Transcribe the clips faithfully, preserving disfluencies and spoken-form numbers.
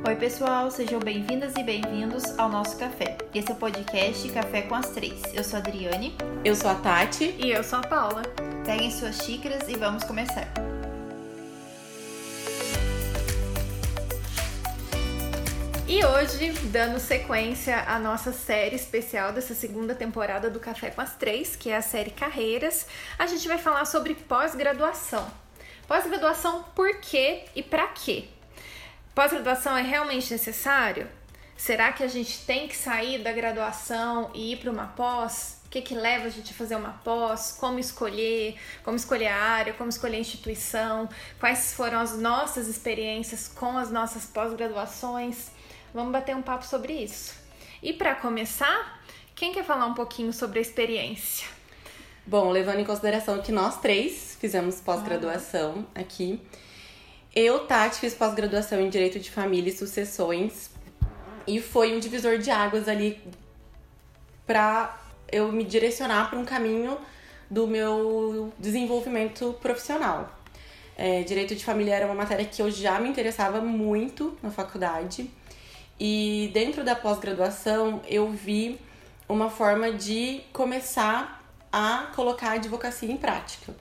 Oi pessoal, sejam bem-vindas e bem-vindos ao nosso café. Esse é o podcast Café com as Três. Eu sou a Adriane. Eu sou a Tati. E eu sou a Paula. Peguem suas xícaras e vamos começar. E hoje, dando sequência à nossa série especial dessa segunda temporada do Café com as Três, que é a série Carreiras, a gente vai falar sobre pós-graduação. Pós-graduação por quê e pra quê? Pós-graduação é realmente necessário? Será que a gente tem que sair da graduação e ir para uma pós? O que que leva a gente a fazer uma pós? Como escolher? Como escolher a área? Como escolher a instituição? Quais foram as nossas experiências com as nossas pós-graduações? Vamos bater um papo sobre isso. E para começar, quem quer falar um pouquinho sobre a experiência? Bom, levando em consideração que nós três fizemos pós-graduação ah. aqui. Eu, Tati, fiz pós-graduação em Direito de Família e Sucessões. E foi um divisor de águas ali pra eu me direcionar para um caminho do meu desenvolvimento profissional. É, Direito de Família era uma matéria que eu já me interessava muito na faculdade. E dentro da pós-graduação eu vi uma forma de começar a colocar a advocacia em prática.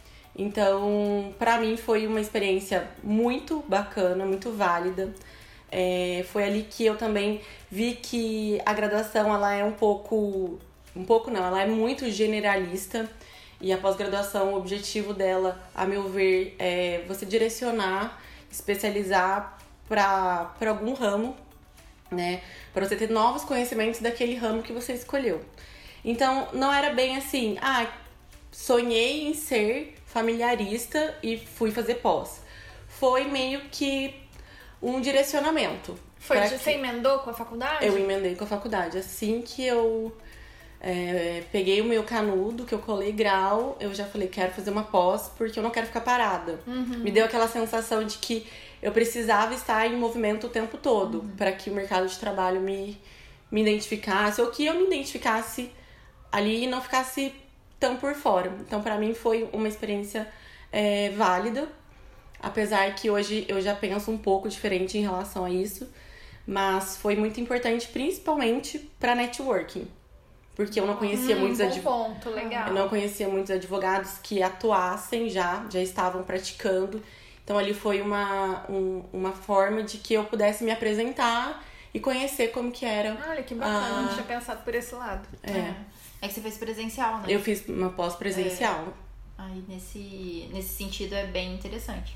Então, pra mim foi uma experiência muito bacana, muito válida. É, foi ali que eu também vi que a graduação ela é um pouco, um pouco não, ela é muito generalista. E a pós-graduação, o objetivo dela, a meu ver, é você direcionar, especializar para para algum ramo, né? Para você ter novos conhecimentos daquele ramo que você escolheu. Então, não era bem assim, ah, sonhei em ser familiarista e fui fazer pós. Foi meio que um direcionamento. Foi de, você emendou com a faculdade? Eu emendei com a faculdade. Assim que eu é, peguei o meu canudo, que eu colei grau, eu já falei, quero fazer uma pós, porque eu não quero ficar parada. Uhum. Me deu aquela sensação de que eu precisava estar em movimento o tempo todo, uhum. para que o mercado de trabalho me, me identificasse, ou que eu me identificasse ali e não ficasse tão por fora. Então, pra mim, foi uma experiência é, válida, apesar que hoje eu já penso um pouco diferente em relação a isso, mas foi muito importante, principalmente pra networking, porque eu não conhecia hum, muitos bom advogados. ponto, legal. Eu não conhecia muitos advogados que atuassem já, já estavam praticando. Então, ali foi uma, um, uma forma de que eu pudesse me apresentar e conhecer como que era. Olha, que bacana, a... não tinha pensado por esse lado. É. é. É que você fez presencial, né? Eu fiz uma pós-presencial. É. Aí, nesse, nesse sentido, é bem interessante.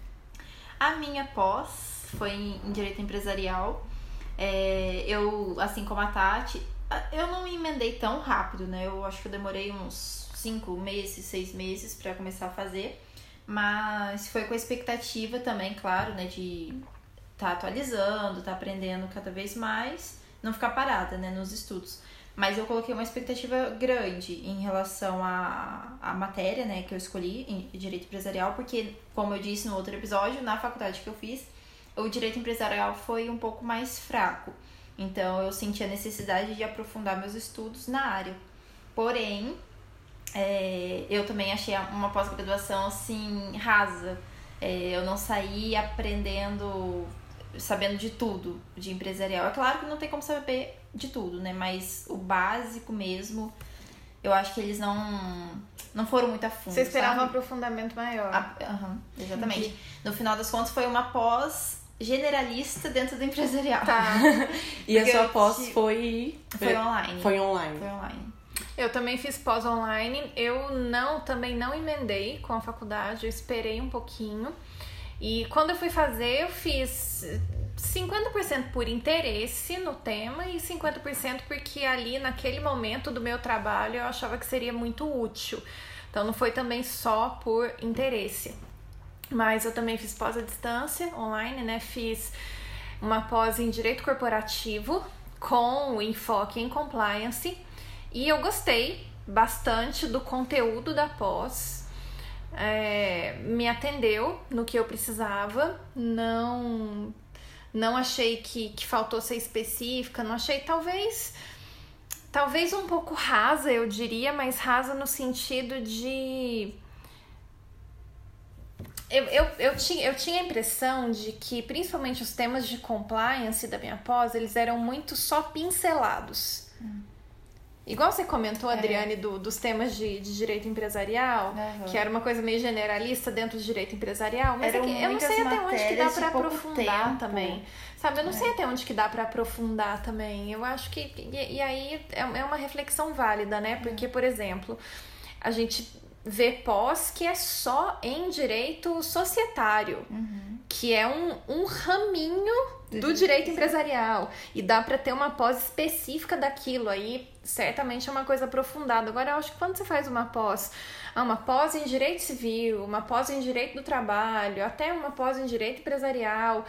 A minha pós foi em Direito Empresarial. É, eu, assim como a Tati, eu não me emendei tão rápido, né? Eu acho que eu demorei uns cinco meses, seis meses pra começar a fazer. Mas foi com a expectativa também, claro, né? De estar tá atualizando, estar tá aprendendo cada vez mais. Não ficar parada, né? Nos estudos. Mas eu coloquei uma expectativa grande em relação à, à matéria, né, que eu escolhi, em Direito Empresarial, porque, como eu disse no outro episódio, na faculdade que eu fiz, o Direito Empresarial foi um pouco mais fraco. Então, eu senti a necessidade de aprofundar meus estudos na área. Porém, é, eu também achei uma pós-graduação, assim, rasa. É, eu não saí aprendendo, sabendo de tudo de empresarial. É claro que não tem como saber de tudo, né? Mas o básico mesmo, eu acho que eles não não foram muito a fundo. Você esperava sabe? um aprofundamento maior. A, uhum, exatamente. Entendi. No final das contas, foi uma pós generalista dentro do empresarial. Tá. E a sua pós te... foi... Foi online. Foi online. Foi online. Eu também fiz pós online. Eu não, também não emendei com a faculdade. Eu esperei um pouquinho. E quando eu fui fazer, eu fiz cinquenta por cento por interesse no tema e cinquenta por cento porque ali, naquele momento do meu trabalho, eu achava que seria muito útil. Então, não foi também só por interesse. Mas eu também fiz pós à distância, online, né? Fiz uma pós em Direito Corporativo com enfoque em Compliance. E eu gostei bastante do conteúdo da pós. É, me atendeu no que eu precisava, não não achei que, que faltou ser específica, não achei, talvez talvez um pouco rasa, eu diria, mas rasa no sentido de Eu, eu, eu, tinha, eu tinha a impressão de que, principalmente os temas de compliance da minha pós, eles eram muito só pincelados. Hum. Igual você comentou, Adriane, é. do, dos temas de, de direito empresarial, uhum. que era uma coisa meio generalista dentro do direito empresarial, mas é que eu não sei até onde que dá pra aprofundar tempo. também. Sabe, eu não é. sei até onde que dá pra aprofundar também. Eu acho que... E, e aí é, é uma reflexão válida, né? Porque, por exemplo, a gente vê pós que é só em direito societário, uhum. que é um, um raminho do direito empresarial. E dá pra ter uma pós específica daquilo aí. Certamente é uma coisa aprofundada. Agora, eu acho que quando você faz uma pós, uma pós em direito civil, uma pós em direito do trabalho, até uma pós em direito empresarial,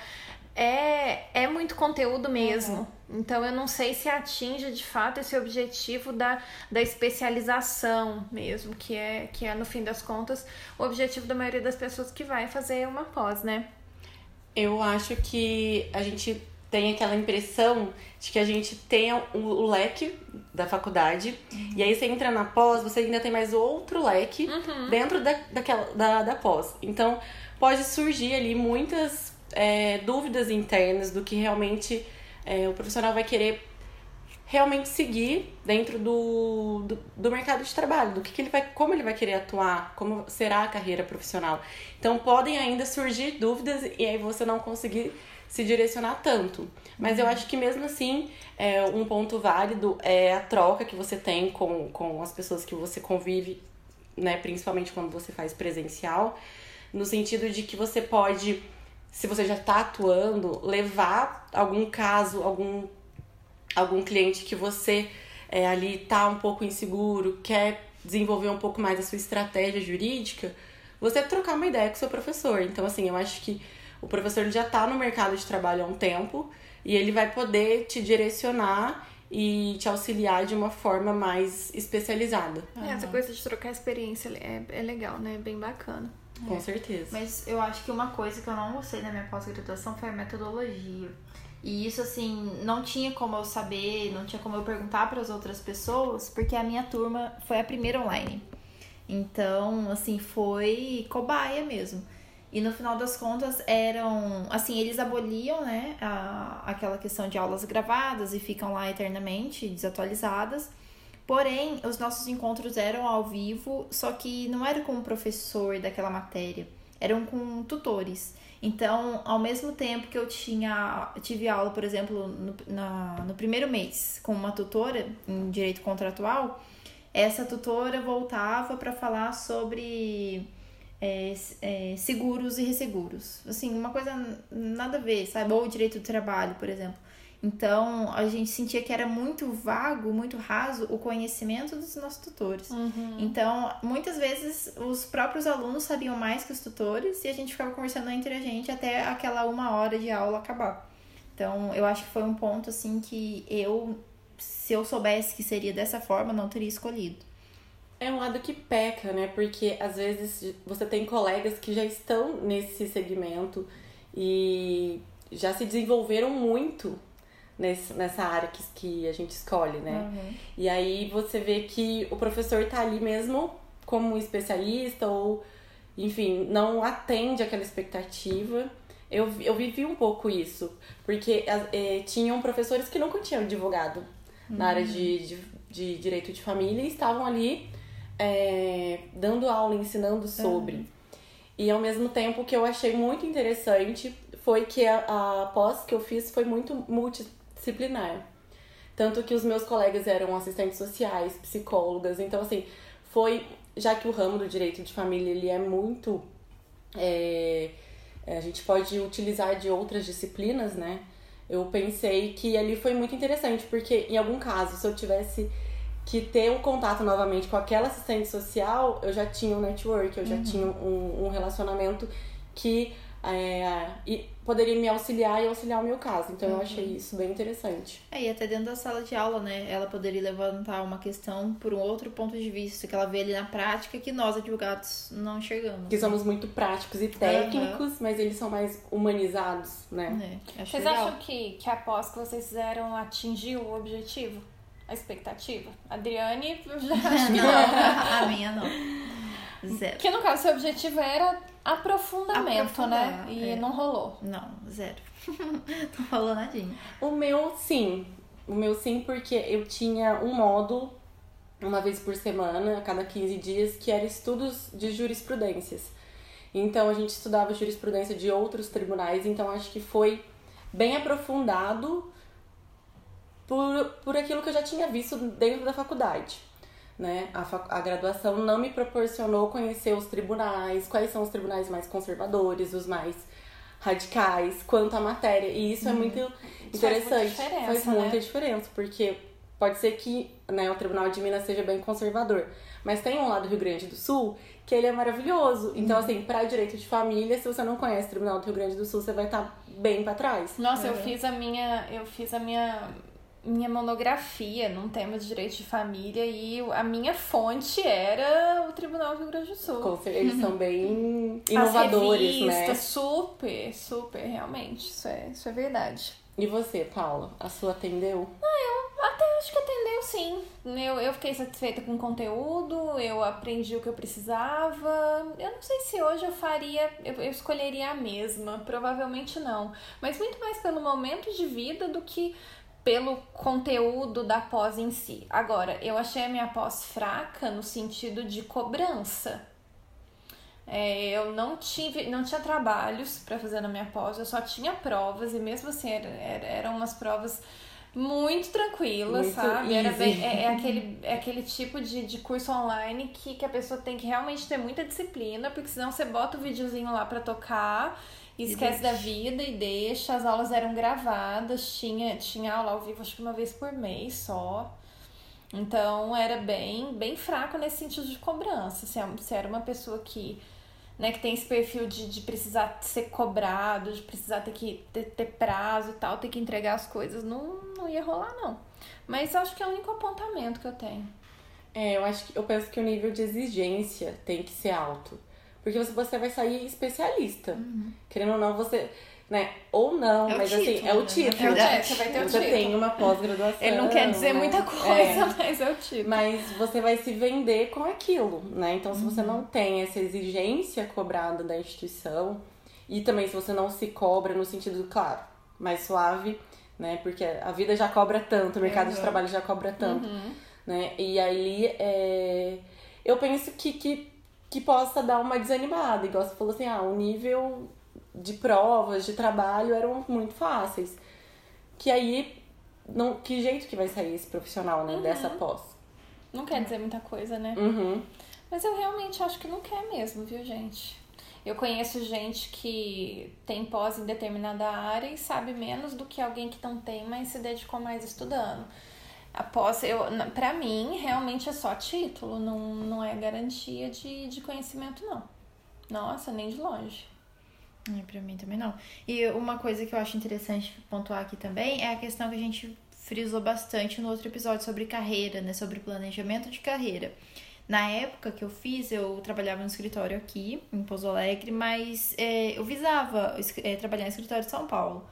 é, é muito conteúdo mesmo. Uhum. Então, eu não sei se atinge, de fato, esse objetivo da, da especialização mesmo, que é, que é, no fim das contas, o objetivo da maioria das pessoas que vai fazer uma pós, né? Eu acho que a gente tem aquela impressão de que a gente tem o, o leque da faculdade, uhum. e aí você entra na pós, você ainda tem mais outro leque uhum. dentro da, daquela, da, da pós. Então, pode surgir ali muitas é, dúvidas internas do que realmente é, o profissional vai querer realmente seguir dentro do, do, do mercado de trabalho, do que, que ele vai, como ele vai querer atuar, como será a carreira profissional. Então, podem ainda surgir dúvidas e aí você não conseguir se direcionar tanto. Mas uhum. eu acho que mesmo assim, é, um ponto válido é a troca que você tem com, com as pessoas que você convive, né, principalmente quando você faz presencial, no sentido de que você pode, se você já está atuando, levar algum caso, algum, algum cliente que você é, ali está um pouco inseguro, quer desenvolver um pouco mais a sua estratégia jurídica, você trocar uma ideia com o seu professor. Então, assim, eu acho que o professor ele já está no mercado de trabalho há um tempo e ele vai poder te direcionar e te auxiliar de uma forma mais especializada. É, essa coisa de trocar experiência é, é legal, né? É bem bacana. Com é. certeza. Mas eu acho que uma coisa que eu não gostei na minha pós-graduação foi a metodologia. E isso, assim, não tinha como eu saber, não tinha como eu perguntar para as outras pessoas, porque a minha turma foi a primeira online. Então, assim, foi cobaia mesmo. E no final das contas eram, assim, eles aboliam, né, a, aquela questão de aulas gravadas e ficam lá eternamente desatualizadas. Porém, os nossos encontros eram ao vivo, só que não era com o professor daquela matéria, eram com tutores. Então, ao mesmo tempo que eu tinha, tive aula, por exemplo, no, na, no primeiro mês com uma tutora em direito contratual, essa tutora voltava para falar sobre é, é, seguros e resseguros. Assim, uma coisa nada a ver, sabe? Ou direito do trabalho, por exemplo. Então, a gente sentia que era muito vago, muito raso o conhecimento dos nossos tutores. Uhum. Então, muitas vezes, os próprios alunos sabiam mais que os tutores e a gente ficava conversando entre a gente até aquela uma hora de aula acabar. Então, eu acho que foi um ponto, assim, que eu, se eu soubesse que seria dessa forma, não teria escolhido. É um lado que peca, né? Porque, às vezes, você tem colegas que já estão nesse segmento e já se desenvolveram muito Nesse, nessa área que, que a gente escolhe, né? Uhum. E aí você vê que o professor tá ali mesmo como especialista ou, enfim, não atende aquela expectativa. Eu, eu vivi um pouco isso, porque é, tinham professores que nunca tinham advogado uhum. na área de, de, de direito de família e estavam ali é, dando aula, ensinando sobre. Uhum. E ao mesmo tempo que eu achei muito interessante foi que a, a pós que eu fiz foi muito multi disciplinar. Tanto que os meus colegas eram assistentes sociais, psicólogas. Então, assim, foi... Já que o ramo do direito de família, ele é muito... É, a gente pode utilizar de outras disciplinas, né? Eu pensei que ali foi muito interessante, porque em algum caso, se eu tivesse que ter um contato novamente com aquela assistente social, eu já tinha um network, eu já uhum. tinha um, um relacionamento que... É, e poderia me auxiliar e auxiliar o meu caso. Então uhum. eu achei isso bem interessante. É, e até dentro da sala de aula, né? Ela poderia levantar uma questão por um outro ponto de vista, que ela vê ali na prática que nós, advogados, não enxergamos. Que somos muito práticos e técnicos, uhum. mas eles são mais humanizados, né? É, acho vocês legal. Acham que, que a pós que vocês fizeram atingiu o objetivo? A expectativa? Adriane, eu já acho que não. A minha não. Zero. Que no caso, seu objetivo era aprofundamento, Aprofundar, né? E é. não rolou. Não, zero. Não rolou nadinha. O meu, sim. O meu, sim, porque eu tinha um módulo, uma vez por semana, a cada quinze dias, que era estudos de jurisprudências. Então, a gente estudava jurisprudência de outros tribunais, então acho que foi bem aprofundado por, por aquilo que eu já tinha visto dentro da faculdade. Né? A, fac... a graduação não me proporcionou conhecer os tribunais, quais são os tribunais mais conservadores, os mais radicais, quanto à matéria. E isso uhum. é muito interessante. Faz muita diferença, Faz né? muita diferença, porque pode ser que, né, o Tribunal de Minas seja bem conservador, mas tem um lado do Rio Grande do Sul que ele é maravilhoso. Então, uhum. assim, para direito de família, se você não conhece o Tribunal do Rio Grande do Sul, você vai estar bem para trás. Nossa, é. eu fiz a minha, eu fiz a minha, minha monografia num tema de direito de família e a minha fonte era o Tribunal do Rio Grande do Sul. Com certeza, eles são bem inovadores, As revistas, né? super, super, realmente, isso é, isso é verdade. E você, Paula? A sua atendeu? Ah, eu até acho que atendeu, sim. Eu, eu fiquei satisfeita com o conteúdo, eu aprendi o que eu precisava. Eu não sei se hoje eu faria, eu, eu escolheria a mesma, provavelmente não. Mas muito mais pelo momento de vida do que pelo conteúdo da pós em si. Agora, eu achei a minha pós fraca no sentido de cobrança. É, eu não tive, não tinha trabalhos para fazer na minha pós, eu só tinha provas e mesmo assim era, era, eram umas provas muito tranquilas, muito sabe? Easy. Era bem, é, é, aquele, é aquele tipo de, de curso online que, que a pessoa tem que realmente ter muita disciplina, porque senão você bota o videozinho lá para tocar e esquece da vida e deixa. As aulas eram gravadas, tinha, tinha aula ao vivo acho que uma vez por mês só. Então era bem, bem fraco nesse sentido de cobrança. Se, se era uma pessoa que, né, que tem esse perfil de, de precisar ser cobrado, de precisar ter que ter, ter prazo e tal, ter que entregar as coisas, não, não ia rolar, não. Mas acho que é o único apontamento que eu tenho. É, eu acho que eu penso que o nível de exigência tem que ser alto. Porque você, você vai sair especialista. Uhum. Querendo ou não, você... Né? Ou não, é mas título, assim, é o né? título. É, você vai ter o você título. tem uma pós-graduação. Ele não quer dizer né? muita coisa, é. mas é o título. Mas você vai se vender com aquilo, né? Então, se você Uhum. não tem essa exigência cobrada da instituição, e também se você não se cobra no sentido, claro, mais suave, né? Porque a vida já cobra tanto, o mercado uhum. de trabalho já cobra tanto, uhum. né? E aí, é... eu penso que, que, que possa dar uma desanimada. Igual você falou assim, ah, o nível de provas, de trabalho eram muito fáceis. Que aí, não, que jeito que vai sair esse profissional, né, uhum. dessa pós? Não quer dizer muita coisa, né? Uhum. Mas eu realmente acho que não quer mesmo, viu, gente? Eu conheço gente que tem pós em determinada área e sabe menos do que alguém que não tem, mas se dedicou mais estudando. A pós, eu, pra mim, realmente é só título, não, não é garantia de, de conhecimento, não. Nossa, nem de longe. É, pra mim também não. E uma coisa que eu acho interessante pontuar aqui também é a questão que a gente frisou bastante no outro episódio sobre carreira, né? Sobre planejamento de carreira. Na época que eu fiz, eu trabalhava no escritório aqui, em Pouso Alegre, mas é, eu visava é, trabalhar no escritório de São Paulo.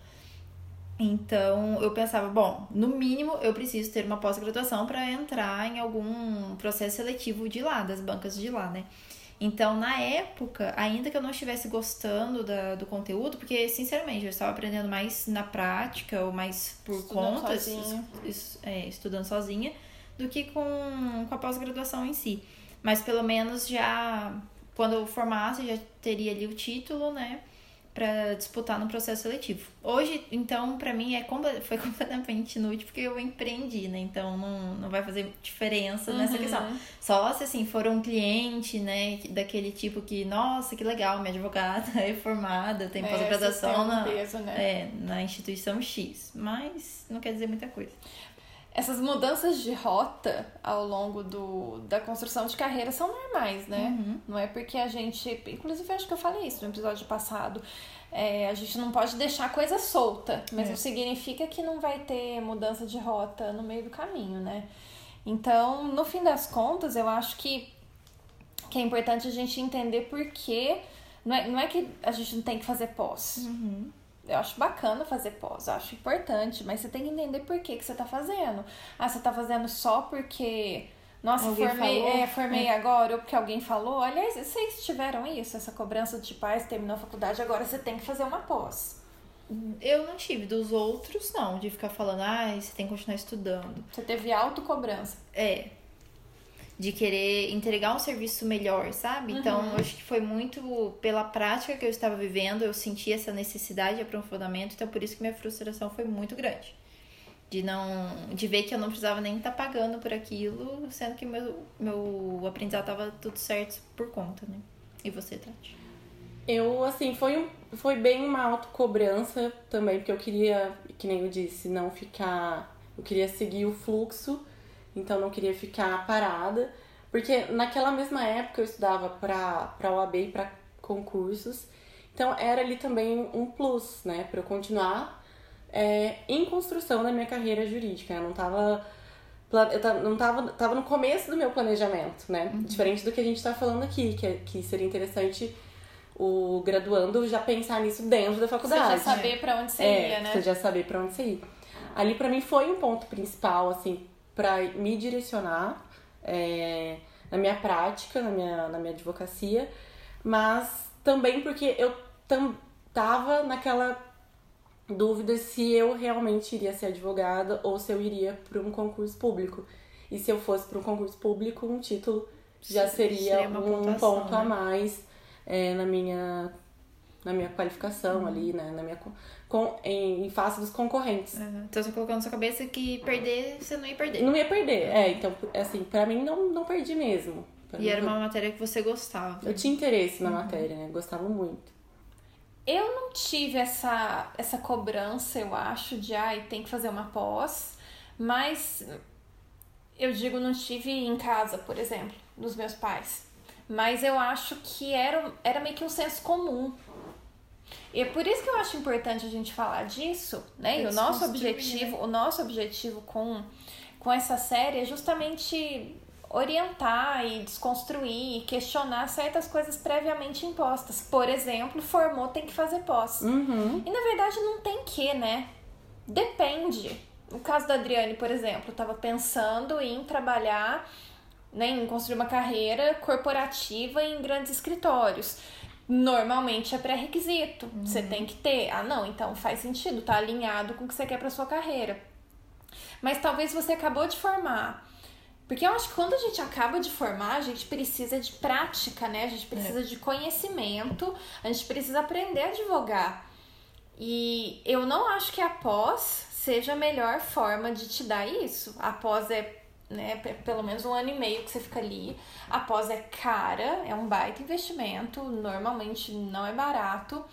Então, eu pensava, bom, no mínimo eu preciso ter uma pós-graduação para entrar em algum processo seletivo de lá, das bancas de lá, né? Então, na época, ainda que eu não estivesse gostando da, do conteúdo, porque, sinceramente, eu estava aprendendo mais na prática ou mais por estudando conta, sozinha. es, é, estudando sozinha, do que com, com a pós-graduação em si. Mas, pelo menos, já quando eu formasse, já teria ali o título, né, para disputar no processo seletivo. Hoje, então, para mim, é, foi completamente inútil, porque eu empreendi, né? Então, não, não vai fazer diferença uhum. nessa questão. Só se, assim, for um cliente, né, daquele tipo que, nossa, que legal, minha advogada é formada, tem pós-graduação na, peso, né? é, na instituição X. Mas não quer dizer muita coisa. Essas mudanças de rota ao longo do, da construção de carreira são normais, né? Uhum. Não é porque a gente... Inclusive, eu acho que eu falei isso no episódio passado. É, a gente não pode deixar a coisa solta. Mas é. não significa que não vai ter mudança de rota no meio do caminho, né? Então, no fim das contas, eu acho que, que é importante a gente entender por que... Não é, não é que a gente não tem que fazer pós. Uhum. Eu acho bacana fazer pós, eu acho importante, mas você tem que entender por que, que você tá fazendo. Ah, você tá fazendo só porque Nossa, Alguém formei, falou? é, formei É. agora, ou porque alguém falou. Aliás, vocês tiveram isso, essa cobrança de pais, terminou a faculdade, agora você tem que fazer uma pós. Eu não tive, dos outros não, de ficar falando, ah, você tem que continuar estudando. Você teve autocobrança. É. De querer entregar um serviço melhor, sabe? Então, Uhum. eu acho que foi muito pela prática que eu estava vivendo, eu senti essa necessidade de aprofundamento, então por isso que minha frustração foi muito grande. De não. De ver que eu não precisava nem estar pagando por aquilo, sendo que meu, meu aprendizado tava tudo certo por conta, né? E você, Tati? Eu, assim, foi, um, foi bem uma autocobrança também, porque eu queria, que nem eu disse, não ficar... Eu queria seguir o fluxo, então não queria ficar parada. Porque naquela mesma época eu estudava pra, pra O A B e pra concursos, então era ali também um plus, né, pra eu continuar é, em construção da minha carreira jurídica. Eu não tava... Eu tava, não tava, tava no começo do meu planejamento, né? Uhum. Diferente do que a gente tá falando aqui, que, que seria interessante o graduando já pensar nisso dentro da faculdade. Você já saber pra onde você é, ia, né? Você já saber pra onde você ia. Ali pra mim foi um ponto principal, assim, pra me direcionar é, na minha prática, na minha, na minha advocacia, mas também porque eu tam, tava naquela dúvida se eu realmente iria ser advogada ou se eu iria para um concurso público. E se eu fosse para um concurso público, um título já seria, seria um ponto né? a mais é, na minha na minha qualificação uhum. ali, né? Na minha, com, em, em face dos concorrentes. Uhum. Então você colocou na sua cabeça que perder, você não ia perder. Não ia perder, é. Então, assim, pra mim não, não perdi mesmo. Pra e mim, era uma matéria que você gostava. Eu tinha interesse na uhum. matéria, né? Gostava muito. Eu não tive essa, essa cobrança, eu acho, de ai, tem que fazer uma pós, mas eu digo, não tive em casa, por exemplo, dos meus pais. Mas eu acho que era, era meio que um senso comum. E é por isso que eu acho importante a gente falar disso, né? E o nosso objetivo, o nosso objetivo com, com essa série é justamente orientar e desconstruir e questionar certas coisas previamente impostas. Por exemplo, formou, tem que fazer pós. Uhum. E na verdade não tem que, né? Depende. No caso da Adriane, por exemplo, eu tava pensando em trabalhar, né, em construir uma carreira corporativa em grandes escritórios. Normalmente é pré-requisito. Uhum. Você tem que ter. Ah, não, então faz sentido, tá alinhado com o que você quer pra sua carreira. Mas talvez você acabou de formar. Porque eu acho que quando a gente acaba de formar, a gente precisa de prática, né? A gente precisa é. de conhecimento, a gente precisa aprender a advogar. E eu não acho que a pós seja a melhor forma de te dar isso. A pós é, né, pelo menos um ano e meio que você fica ali. A pós é cara, é um baita investimento, normalmente não é barato.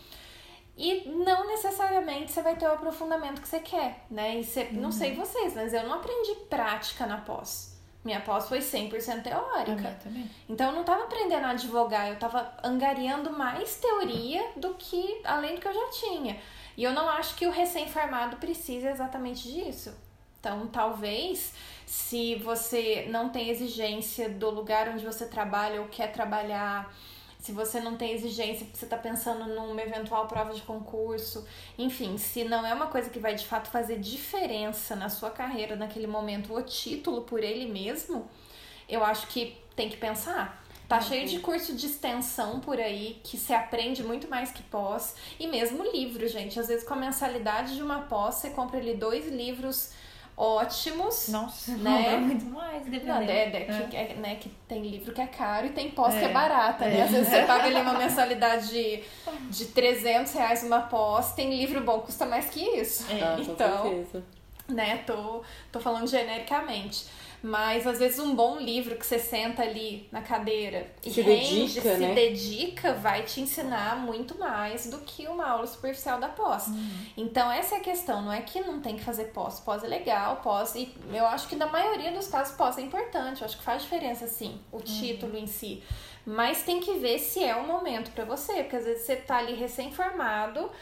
E não necessariamente você vai ter o aprofundamento que você quer, né? E você, uhum. não sei vocês, mas eu não aprendi prática na pós. Minha pós foi cem por cento teórica. Também. Então eu não tava aprendendo a advogar, eu tava angariando mais teoria do que além do que eu já tinha. E eu não acho que o recém-formado precise exatamente disso. Então, talvez, se você não tem exigência do lugar onde você trabalha ou quer trabalhar, se você não tem exigência porque você está pensando numa eventual prova de concurso, enfim, se não é uma coisa que vai de fato fazer diferença na sua carreira naquele momento, o título por ele mesmo, eu acho que tem que pensar. Tá uhum. cheio de curso de extensão por aí, que se aprende muito mais que pós, e mesmo livro, gente. Às vezes com a mensalidade de uma pós, você compra ali dois livros ótimos. Nossa, né? Não, é muito mais, dependendo. Não, é, é, é. Que, é, né, que tem livro que é caro e tem pós é, que é barata, é. né? Às vezes você paga ali uma mensalidade de, de trezentos reais uma pós, tem livro bom que custa mais que isso. É. Ah, então, com certeza. né, tô, tô falando genericamente. Mas, às vezes, um bom livro que você senta ali na cadeira e se rende, dedica, se né? dedica, vai te ensinar muito mais do que uma aula superficial da pós. Uhum. Então, essa é a questão. Não é que não tem que fazer pós. Pós é legal, pós... E eu acho que, na maioria dos casos, pós é importante. Eu acho que faz diferença, sim, o título uhum. em si. Mas tem que ver se é o momento pra você. Porque, às vezes, você tá ali recém-formado...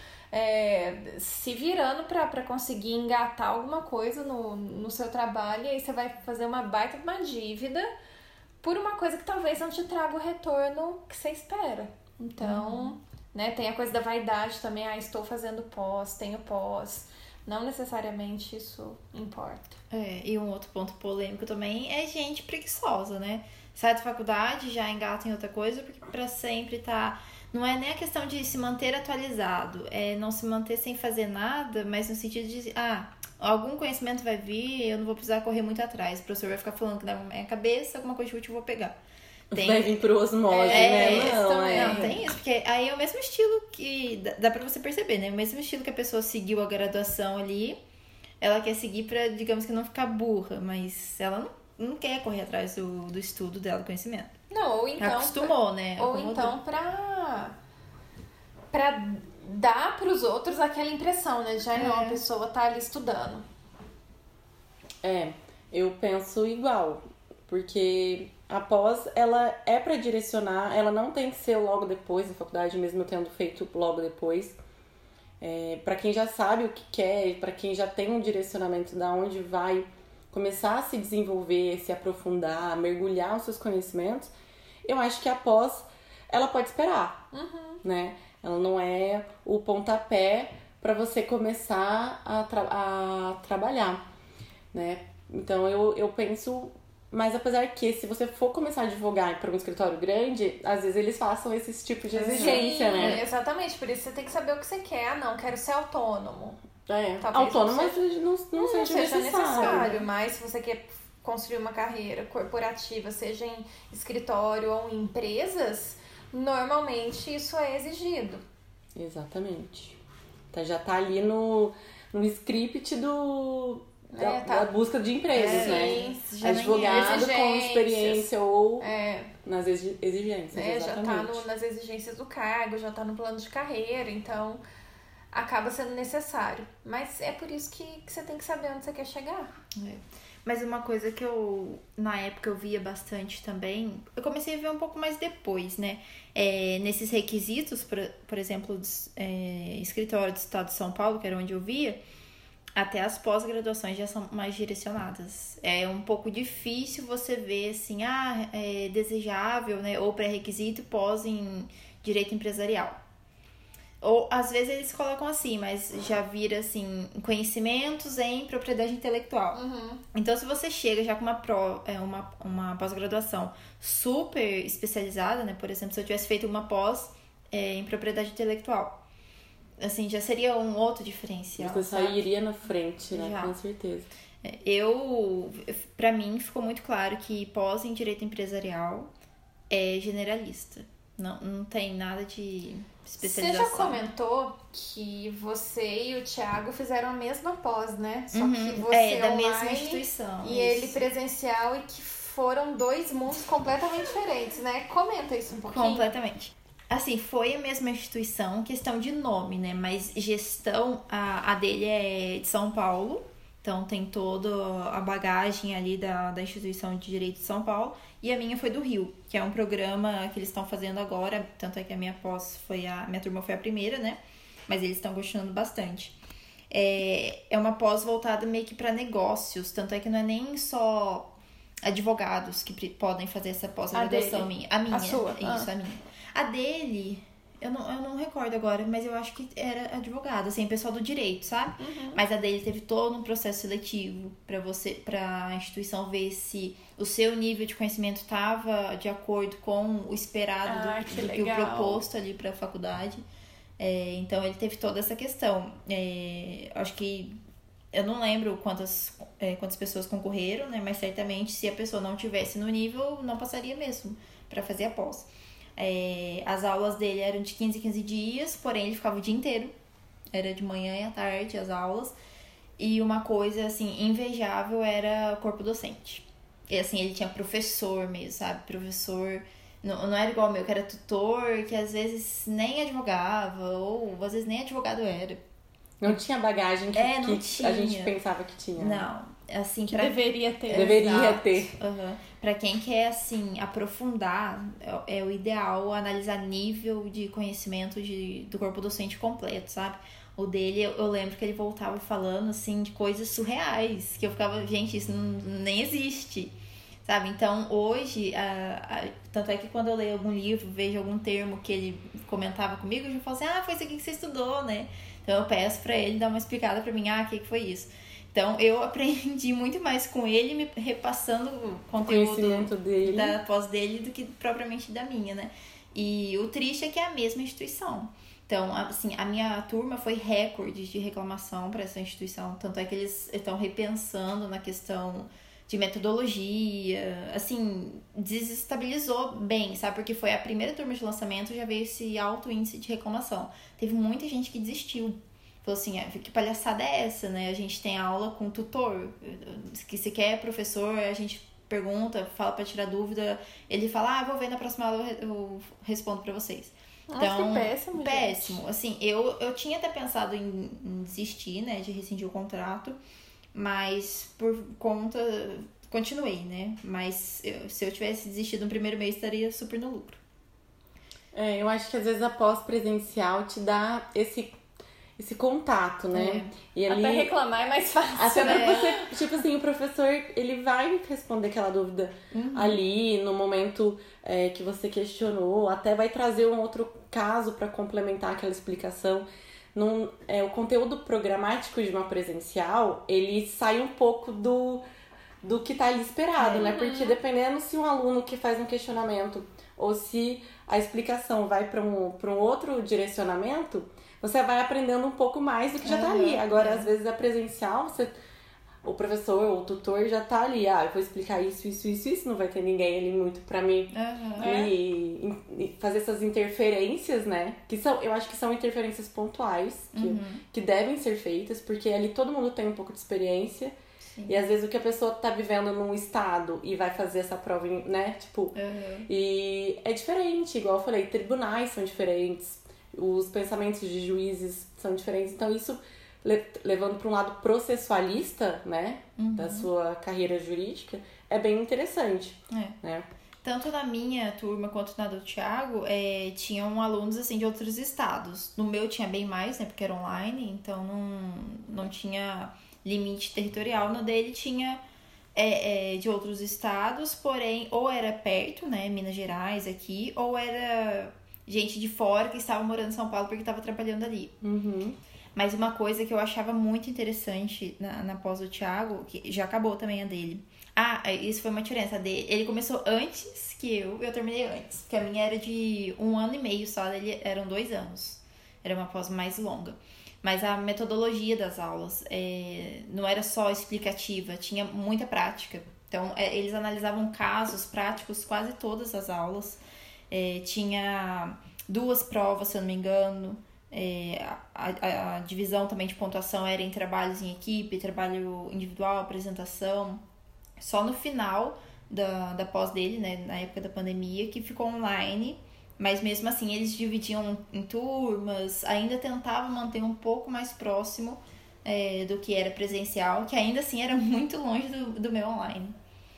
É, se virando pra, pra conseguir engatar alguma coisa no, no seu trabalho, e aí você vai fazer uma baita de uma dívida por uma coisa que talvez não te traga o retorno que você espera. Então, uhum. né, tem a coisa da vaidade também, ah, estou fazendo pós, tenho pós, Não necessariamente isso importa. É, e um outro ponto polêmico também é gente preguiçosa, né? Sai da faculdade, já engata em outra coisa, porque pra sempre tá... Não é nem a questão de se manter atualizado, é não se manter sem fazer nada, mas no sentido de, ah, algum conhecimento vai vir, eu não vou precisar correr muito atrás. O professor vai ficar falando que na minha cabeça, alguma coisa útil eu vou pegar. Tem... Vai vir pro osmose, é, né? Não, não, é. não, tem isso, porque aí é o mesmo estilo que... Dá, dá pra você perceber, né? O mesmo estilo que a pessoa seguiu a graduação ali, ela quer seguir pra, digamos que não ficar burra, mas ela não, não quer correr atrás do, do estudo dela, do conhecimento. Não, ou então... Acostumou, pra, né? Ou Acomodou. então pra... Pra dar pros outros aquela impressão, né? Já não, É. a pessoa tá ali estudando. É, eu penso igual, porque a pós, ela é pra direcionar, ela não tem que ser logo depois da faculdade, mesmo eu tendo feito logo depois. É, para quem já sabe o que quer, para quem já tem um direcionamento da onde vai começar a se desenvolver, se aprofundar, mergulhar os seus conhecimentos, eu acho que a pós, ela pode esperar, Uhum. né? Ela não é o pontapé para você começar a, tra- a trabalhar, né? Então eu, eu penso, mas apesar que se você for começar a advogar para um escritório grande, às vezes eles façam esse tipo de exigência, Sim, né? exatamente. Por isso você tem que saber o que você quer. Ah, não, quero ser autônomo. É, Talvez autônomo não não, seja- não, não, Não seja, seja necessário. necessário, mas se você quer construir uma carreira corporativa, seja em escritório ou em empresas, normalmente isso é exigido. Exatamente. Tá, já tá ali no, no script do, da, É, tá. da busca de empregos, É, né? sim, já nem Advogado com exigências. experiência ou É, nas exi- exigências, né, já exatamente. tá no- nas exigências do cargo, já tá no plano de carreira, então acaba sendo necessário. Mas é por isso que, que você tem que saber onde você quer chegar. É. Mas uma coisa que eu, na época, eu via bastante também, eu comecei a ver um pouco mais depois, né? É, nesses requisitos, por, por exemplo, dos, é, escritório do Estado de São Paulo, que era onde eu via, até as pós-graduações já são mais direcionadas. É um pouco difícil você ver, assim, ah, é desejável, né? Ou pré-requisito pós em direito empresarial. Ou, às vezes, eles colocam assim, mas já vira, assim, conhecimentos em propriedade intelectual. Uhum. Então, se você chega já com uma, pró, é, uma, uma pós-graduação super especializada, né? Por exemplo, se eu tivesse feito uma pós é, em propriedade intelectual, assim, já seria um outro diferencial. Você sabe? sairia na frente, né? Já. Com certeza. É, Eu, pra mim, ficou muito claro que pós em direito empresarial é generalista. Não, não tem nada de Você especialização. já comentou que você e o Thiago fizeram a mesma pós, né? Só Uhum, que você é, da online mesma instituição. e ele isso. presencial e que foram dois mundos completamente diferentes, né? Comenta isso um pouquinho. Completamente. Assim, foi a mesma instituição, questão de nome, né? Mas gestão, a, a dele é de São Paulo. Então, tem toda a bagagem ali da, da instituição de direito de São Paulo. E a minha foi do Rio, que é um programa que eles estão fazendo agora. Tanto é que a minha pós foi a... Minha turma foi a primeira, né? Mas eles estão gostando bastante. É, é uma pós voltada meio que para negócios. Tanto é que não é nem só advogados que pre- podem fazer essa pós-graduação A dele? minha. A minha. A sua? Isso, Ah. a minha. A dele, eu não, eu não recordo agora, mas eu acho que era advogado, assim, pessoal do direito, sabe? Uhum. Mas a dele teve todo um processo seletivo pra você, pra instituição ver se o seu nível de conhecimento estava de acordo com o esperado Ah, do, que do que o legal. proposto ali pra faculdade. É, então ele teve toda essa questão. É, acho que eu não lembro quantas, é, quantas pessoas concorreram, né? Mas certamente se a pessoa não tivesse no nível, não passaria mesmo pra fazer a pós. É, as aulas dele eram de quinze em quinze dias, porém ele ficava o dia inteiro. Era de manhã e à tarde as aulas. E uma coisa, assim, invejável era o corpo docente. E, assim, ele tinha professor mesmo, sabe? Professor... Não, não era igual o meu, que era tutor, que às vezes nem advogava, ou às vezes nem advogado era. Não tinha bagagem que, É, não que tinha. a gente pensava que tinha. Não, assim, Que pra... deveria ter. Deveria Exato. ter. Uhum. Pra quem quer, assim, aprofundar, é, é o ideal analisar nível de conhecimento de, do corpo docente completo, sabe? O dele, eu, eu lembro que ele voltava falando, assim, de coisas surreais, que eu ficava, gente, isso não, nem existe, sabe? Então, hoje, a, a, tanto é que quando eu leio algum livro, vejo algum termo que ele comentava comigo, eu já falo assim, ah, foi isso aqui que você estudou, né? Então, eu peço pra ele dar uma explicada pra mim, ah, o que, que foi isso? Então, eu aprendi muito mais com ele, me repassando o conteúdo dele. da pós dele do que propriamente da minha, né? E o triste é que é a mesma instituição. Então, assim, a minha turma foi recorde de reclamação para essa instituição. Tanto é que eles estão repensando na questão de metodologia. Assim, desestabilizou bem, sabe? Porque foi a primeira turma de lançamento, já veio esse alto índice de reclamação. Teve muita gente que desistiu. Falou assim, que palhaçada é essa, né? A gente tem aula com tutor, que se quer professor, a gente pergunta, fala pra tirar dúvida, ele fala, ah, vou ver na próxima aula, eu respondo pra vocês. Nossa, então, que péssimo, péssimo. Gente. Assim, eu, eu tinha até pensado em, em desistir, né, de rescindir o contrato, mas por conta, continuei, né? Mas eu, se eu tivesse desistido no primeiro mês, estaria super no lucro. É, eu acho que às vezes a pós-presencial te dá esse esse contato, né? É. E ali, até reclamar é mais fácil, até né? Você, tipo assim, o professor, ele vai responder aquela dúvida uhum. ali, no momento é, que você questionou, até vai trazer um outro caso para complementar aquela explicação. Num, é, o conteúdo programático de uma presencial, ele sai um pouco do, do que tá ali esperado, uhum. né? Porque dependendo se um aluno que faz um questionamento ou se a explicação vai para um, para um outro direcionamento, você vai aprendendo um pouco mais do que já tá ali. Agora, às vezes, a presencial, você, o professor ou o tutor já tá ali. Ah, eu vou explicar isso, isso, isso, isso. Não vai ter ninguém ali muito pra me, uhum. me é. fazer essas interferências, né? Que são, eu acho que são interferências pontuais, que, uhum. que devem ser feitas, porque ali todo mundo tem um pouco de experiência. Sim. E às vezes o que a pessoa tá vivendo num estado e vai fazer essa prova, né? Tipo, uhum. e é diferente, igual eu falei, tribunais são diferentes. Os pensamentos de juízes são diferentes. Então, isso, levando para um lado processualista, né, uhum. da sua carreira jurídica, é bem interessante. É. Né? Tanto na minha turma quanto na do Thiago, é, tinham alunos assim, de outros estados. No meu tinha bem mais, né, porque era online, então não, não tinha limite territorial. No dele tinha é, é, de outros estados, porém, ou era perto, né, Minas Gerais aqui, ou era gente de fora que estava morando em São Paulo porque estava trabalhando ali. Uhum. Mas uma coisa que eu achava muito interessante na, na pós do Thiago, que já acabou também a dele. Ah, isso foi uma diferença. A dele, ele começou antes que eu, eu terminei antes. Porque a minha era de um ano e meio só, dele eram dois anos. Era uma pós mais longa. Mas a metodologia das aulas é, não era só explicativa, tinha muita prática. Então, é, eles analisavam casos práticos quase todas as aulas. É, tinha duas provas, se eu não me engano. É, a, a, a divisão também de pontuação era em trabalhos em equipe, trabalho individual, apresentação. Só no final da, da pós dele, né, na época da pandemia, que ficou online. Mas mesmo assim, eles dividiam em turmas, ainda tentavam manter um pouco mais próximo é, do que era presencial, que ainda assim era muito longe do, do meu online.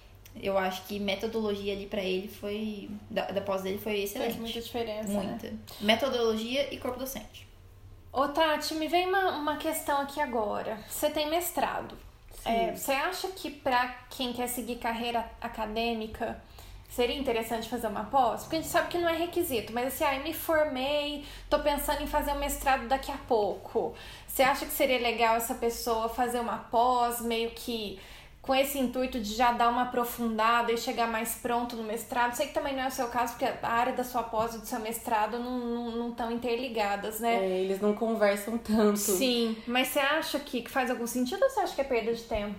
Eu acho que metodologia ali pra ele foi... Da, da pós dele foi excelente. Faz muita diferença, Muita. Né? Metodologia e corpo docente. Ô, Tati, me vem uma, uma questão aqui agora. Você tem mestrado. É, você acha que pra quem quer seguir carreira acadêmica seria interessante fazer uma pós? Porque a gente sabe que não é requisito, mas assim, aí ah, me formei, tô pensando em fazer um mestrado daqui a pouco. Você acha que seria legal essa pessoa fazer uma pós, meio que com esse intuito de já dar uma aprofundada e chegar mais pronto no mestrado? Sei que também não é o seu caso, porque a área da sua pós e do seu mestrado não não, não estão interligadas, né? É, eles não conversam tanto. Sim, mas você acha que, que faz algum sentido ou você acha que é perda de tempo?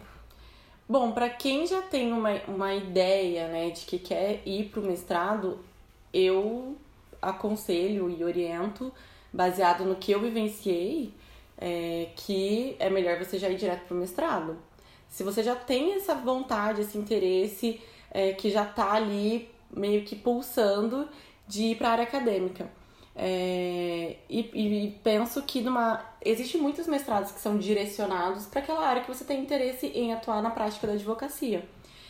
Bom, para quem já tem uma, uma ideia, né, de que quer ir pro mestrado, eu aconselho e oriento, baseado no que eu vivenciei, é, que é melhor você já ir direto pro mestrado. Se você já tem essa vontade, esse interesse, é, que já tá ali meio que pulsando de ir para a área acadêmica. É, e, e penso que numa, existem muitos mestrados que são direcionados para aquela área que você tem interesse em atuar na prática da advocacia.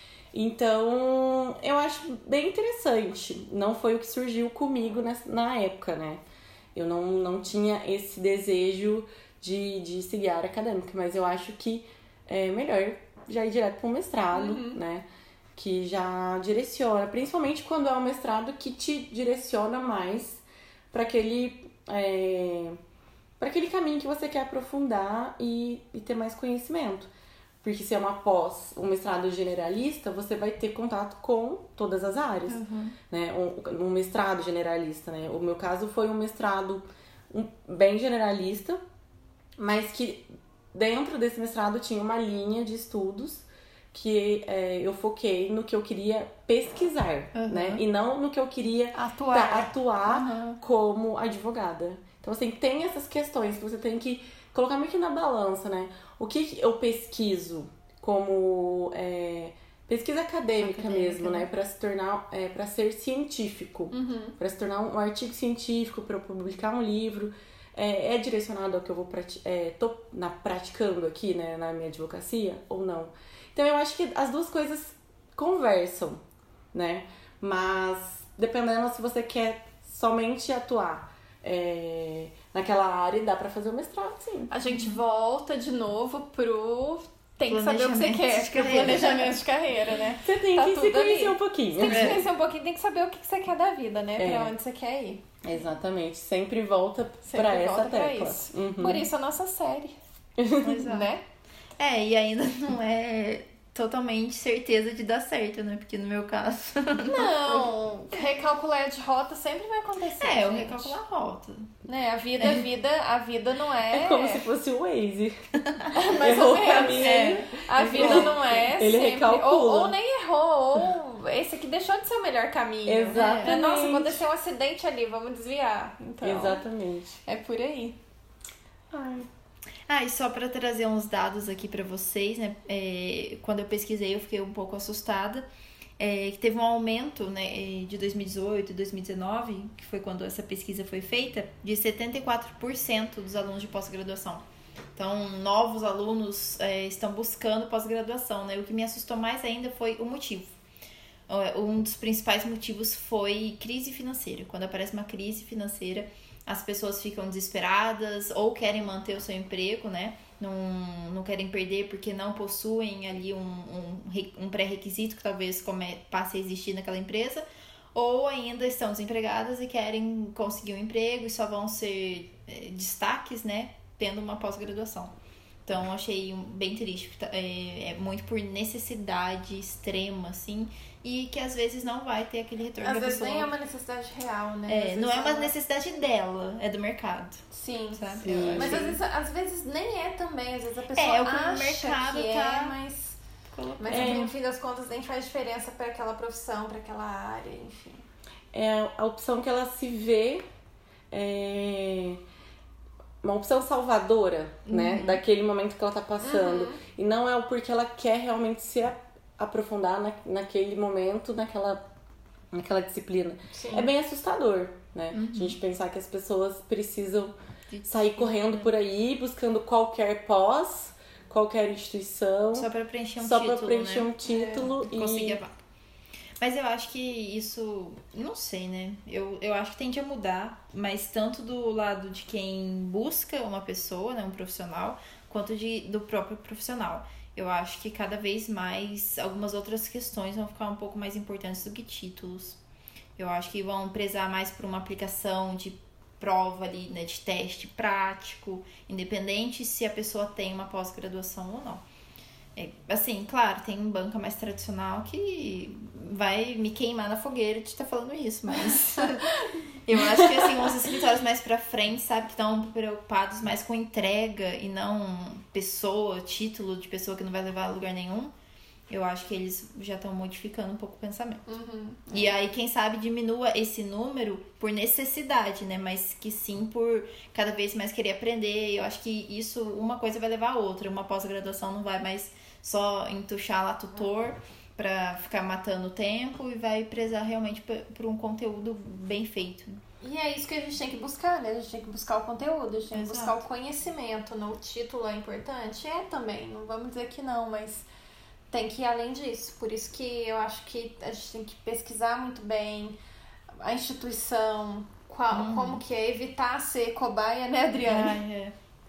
Então, eu acho bem interessante. Não foi o que surgiu comigo nessa, na época, né? Eu não, não tinha esse desejo de, de seguir a área acadêmica, mas eu acho que é melhor já ir direto para um mestrado, uhum. né? que já direciona, principalmente quando é um mestrado que te direciona mais para aquele, é, para aquele caminho que você quer aprofundar e, e ter mais conhecimento. Porque se é uma pós, um mestrado generalista, você vai ter contato com todas as áreas, Uhum. né? Um, um mestrado generalista, né? O meu caso foi um mestrado um, bem generalista, mas que dentro desse mestrado tinha uma linha de estudos que é, eu foquei no que eu queria pesquisar, Uhum. né? E não no que eu queria Atuar. tá, atuar Uhum. como advogada. Então, assim, tem essas questões que você tem que colocar meio que na balança, né? O que que eu pesquiso como é, pesquisa acadêmica, Acadêmica, mesmo, né? né? Pra se tornar, é, pra ser científico. Uhum. Pra se tornar um artigo científico, pra eu publicar um livro. É, é direcionado ao que eu vou prati- é, tô na, praticando aqui, né? Na minha advocacia, ou não? Então, eu acho que as duas coisas conversam, né? Mas, dependendo se você quer somente atuar é, naquela área, dá pra fazer o mestrado, sim. A gente volta de novo pro... Tem que saber o que você Planejamento quer, de pro carreira. planejamento de carreira, né? Você tem Tá que tudo se conhecer ali. um pouquinho. Tem que se É. conhecer um pouquinho, tem que saber o que você quer da vida, né? É. Pra onde você quer ir. Exatamente, sempre volta Sempre pra volta essa pra tecla. isso. Uhum. Por isso a nossa série, Exato. né? É, e ainda não é totalmente certeza de dar certo, né? Porque no meu caso. Não, recalcular de rota sempre vai acontecer. É, eu gente. recalculo a rota. Né? A vida, a vida, a vida não é. É como se fosse o Waze. mais Errou ou o menos. caminho. É. A vida não é Ele sempre. recalcula. Ou, ou nem errou, ou esse aqui deixou de ser o melhor caminho. Exatamente. Né? Nossa, aconteceu um acidente ali, vamos desviar. Então, Exatamente. é por aí. Ai. Ah, e só pra trazer uns dados aqui pra vocês, né? É, quando eu pesquisei, eu fiquei um pouco assustada. É, que teve um aumento, né, de dois mil e dezoito e dois mil e dezenove, que foi quando essa pesquisa foi feita, de setenta e quatro por cento dos alunos de pós-graduação. Então, novos alunos é, estão buscando pós-graduação, né? O que me assustou mais ainda foi o motivo. Um dos principais motivos foi crise financeira. Quando aparece uma crise financeira, as pessoas ficam desesperadas ou querem manter o seu emprego, né? Não, não querem perder porque não possuem ali um, um, um pré-requisito que talvez come, passe a existir naquela empresa, ou ainda estão desempregadas e querem conseguir um emprego e só vão ser é, destaques, né? Tendo uma pós-graduação. Então, achei bem triste. É, é muito por necessidade extrema, assim, e que às vezes não vai ter aquele retorno Às que a vezes pessoa... nem é uma necessidade real, né? Às É, vezes não é uma ela- necessidade dela, é do mercado, Sim, sabe? Sim. Eu Mas achei- às vezes, às vezes nem é também. Às vezes a pessoa É, o que o acha mercado que tá é, mas, colocando. mas É. que no fim das contas nem faz diferença pra aquela profissão, pra aquela área, enfim. É a opção que ela se vê é, uma opção salvadora, né? Daquele momento que ela tá passando. Uhum. E não é o porque ela quer realmente se a- aprofundar na, naquele momento, naquela, naquela disciplina. Sim. É bem assustador, né? A gente pensar que as pessoas precisam sair correndo por aí, buscando qualquer pós, qualquer instituição, Só pra preencher um só título, pra preencher né? um título e... Conseguir a vaga. Mas eu acho que isso, não sei, né? Eu, eu acho que tende a mudar, mas tanto do lado de quem busca uma pessoa, né, um profissional, quanto de, do próprio profissional. Eu acho que cada vez mais algumas outras questões vão ficar um pouco mais importantes do que títulos. Eu acho que vão prezar mais por uma aplicação de prova ali, né, de teste prático, independente se a pessoa tem uma pós-graduação ou não. É, assim, claro, tem banca mais tradicional que vai me queimar na fogueira de estar falando isso, mas eu acho que assim, os escritórios mais pra frente, sabe, que estão preocupados mais com entrega e não pessoa, título de pessoa que não vai levar a lugar nenhum, eu acho que eles já estão modificando um pouco o pensamento. Uhum. E aí, quem sabe, diminua esse número por necessidade, né? Mas que sim por cada vez mais querer aprender. Eu acho que isso, uma coisa vai levar a outra. Uma pós-graduação não vai mais só entuchar lá tutor pra ficar matando o tempo e vai prezar realmente por por um conteúdo bem feito. E é isso que a gente tem que buscar, né? A gente tem que buscar o conteúdo, a gente tem que Exato. buscar o conhecimento. No título é importante? É também, não vamos dizer que não, mas tem que ir além disso. Por isso que eu acho que a gente tem que pesquisar muito bem a instituição, qual, Uhum. como que é, evitar ser cobaia, né, Adriane? Ai, é.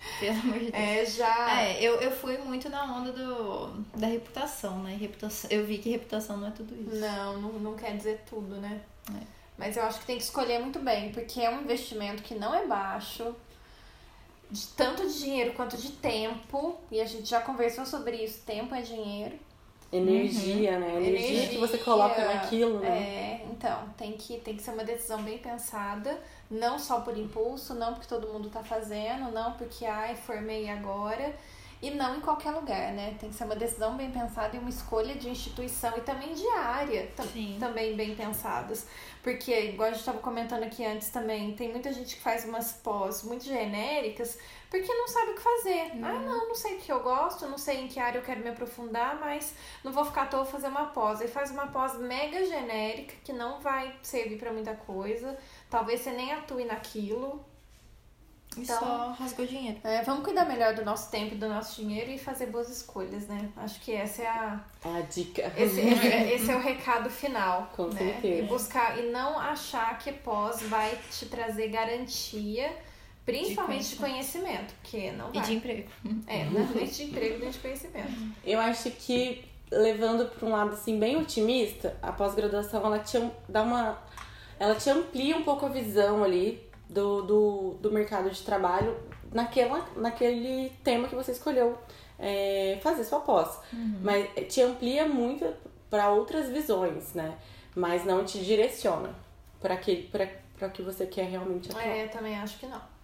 Pelo amor de Deus. É, já... É, eu, eu fui muito na onda do, da reputação, né? Reputação, eu vi que reputação não é tudo isso. Não, não, não quer dizer tudo, né? É. Mas eu acho que tem que escolher muito bem, porque é um investimento que não é baixo, de tanto de dinheiro quanto de tempo, e a gente já conversou sobre isso, tempo é dinheiro. Energia, Uhum. né? Energia, Energia que você coloca naquilo, né? É, então, tem que, tem que ser uma decisão bem pensada, não só por impulso, não porque todo mundo tá fazendo, não porque, ai, formei agora, e não em qualquer lugar, né? Tem que ser uma decisão bem pensada e uma escolha de instituição e também de área tam- Sim. também bem pensadas. Porque, igual a gente tava comentando aqui antes também, tem muita gente que faz umas pós muito genéricas porque não sabe o que fazer. Hum. Ah, não, não sei o que eu gosto, não sei em que área eu quero me aprofundar, mas não vou ficar à toa fazer uma pós. Aí faz uma pós mega genérica que não vai servir pra muita coisa. Talvez você nem atue naquilo. E Então, só rasgou dinheiro. É, vamos cuidar melhor do nosso tempo e do nosso dinheiro e fazer boas escolhas, né? Acho que essa é a... A dica. Esse, esse, esse é o recado final. Com né? certeza. E buscar e não achar que pós vai te trazer garantia, principalmente de conhecimento, porque não E vai. de emprego. É, não nem de emprego, nem de conhecimento. Eu acho que, levando para um lado assim bem otimista, a pós-graduação ela te dá uma, ela te amplia um pouco a visão ali do, do, do mercado de trabalho naquela, naquele tema que você escolheu é, fazer sua pós. Uhum. Mas te amplia muito para outras visões, né? Mas não te direciona para aquele, para o que você quer realmente atuar. É, eu também acho que não.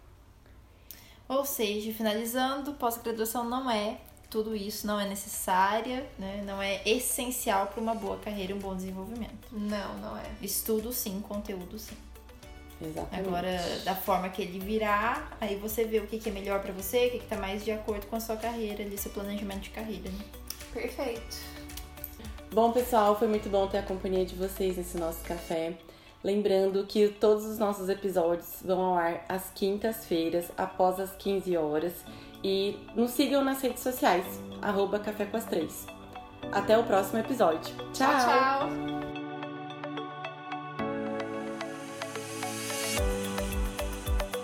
Ou seja, finalizando, pós-graduação não é tudo isso, não é necessária, né? Não é essencial para uma boa carreira e um bom desenvolvimento. Não, não é. Estudo sim, conteúdo sim. Exatamente. Agora, da forma que ele virar, aí você vê o que, que é melhor pra você, o que, que tá mais de acordo com a sua carreira, ali, seu planejamento de carreira, né? Perfeito. Bom, pessoal, foi muito bom ter a companhia de vocês nesse nosso café. Lembrando que todos os nossos episódios vão ao ar às quintas-feiras, após as quinze horas. E nos sigam nas redes sociais, arroba Café com as Três. Até o próximo episódio. Tchau, tchau.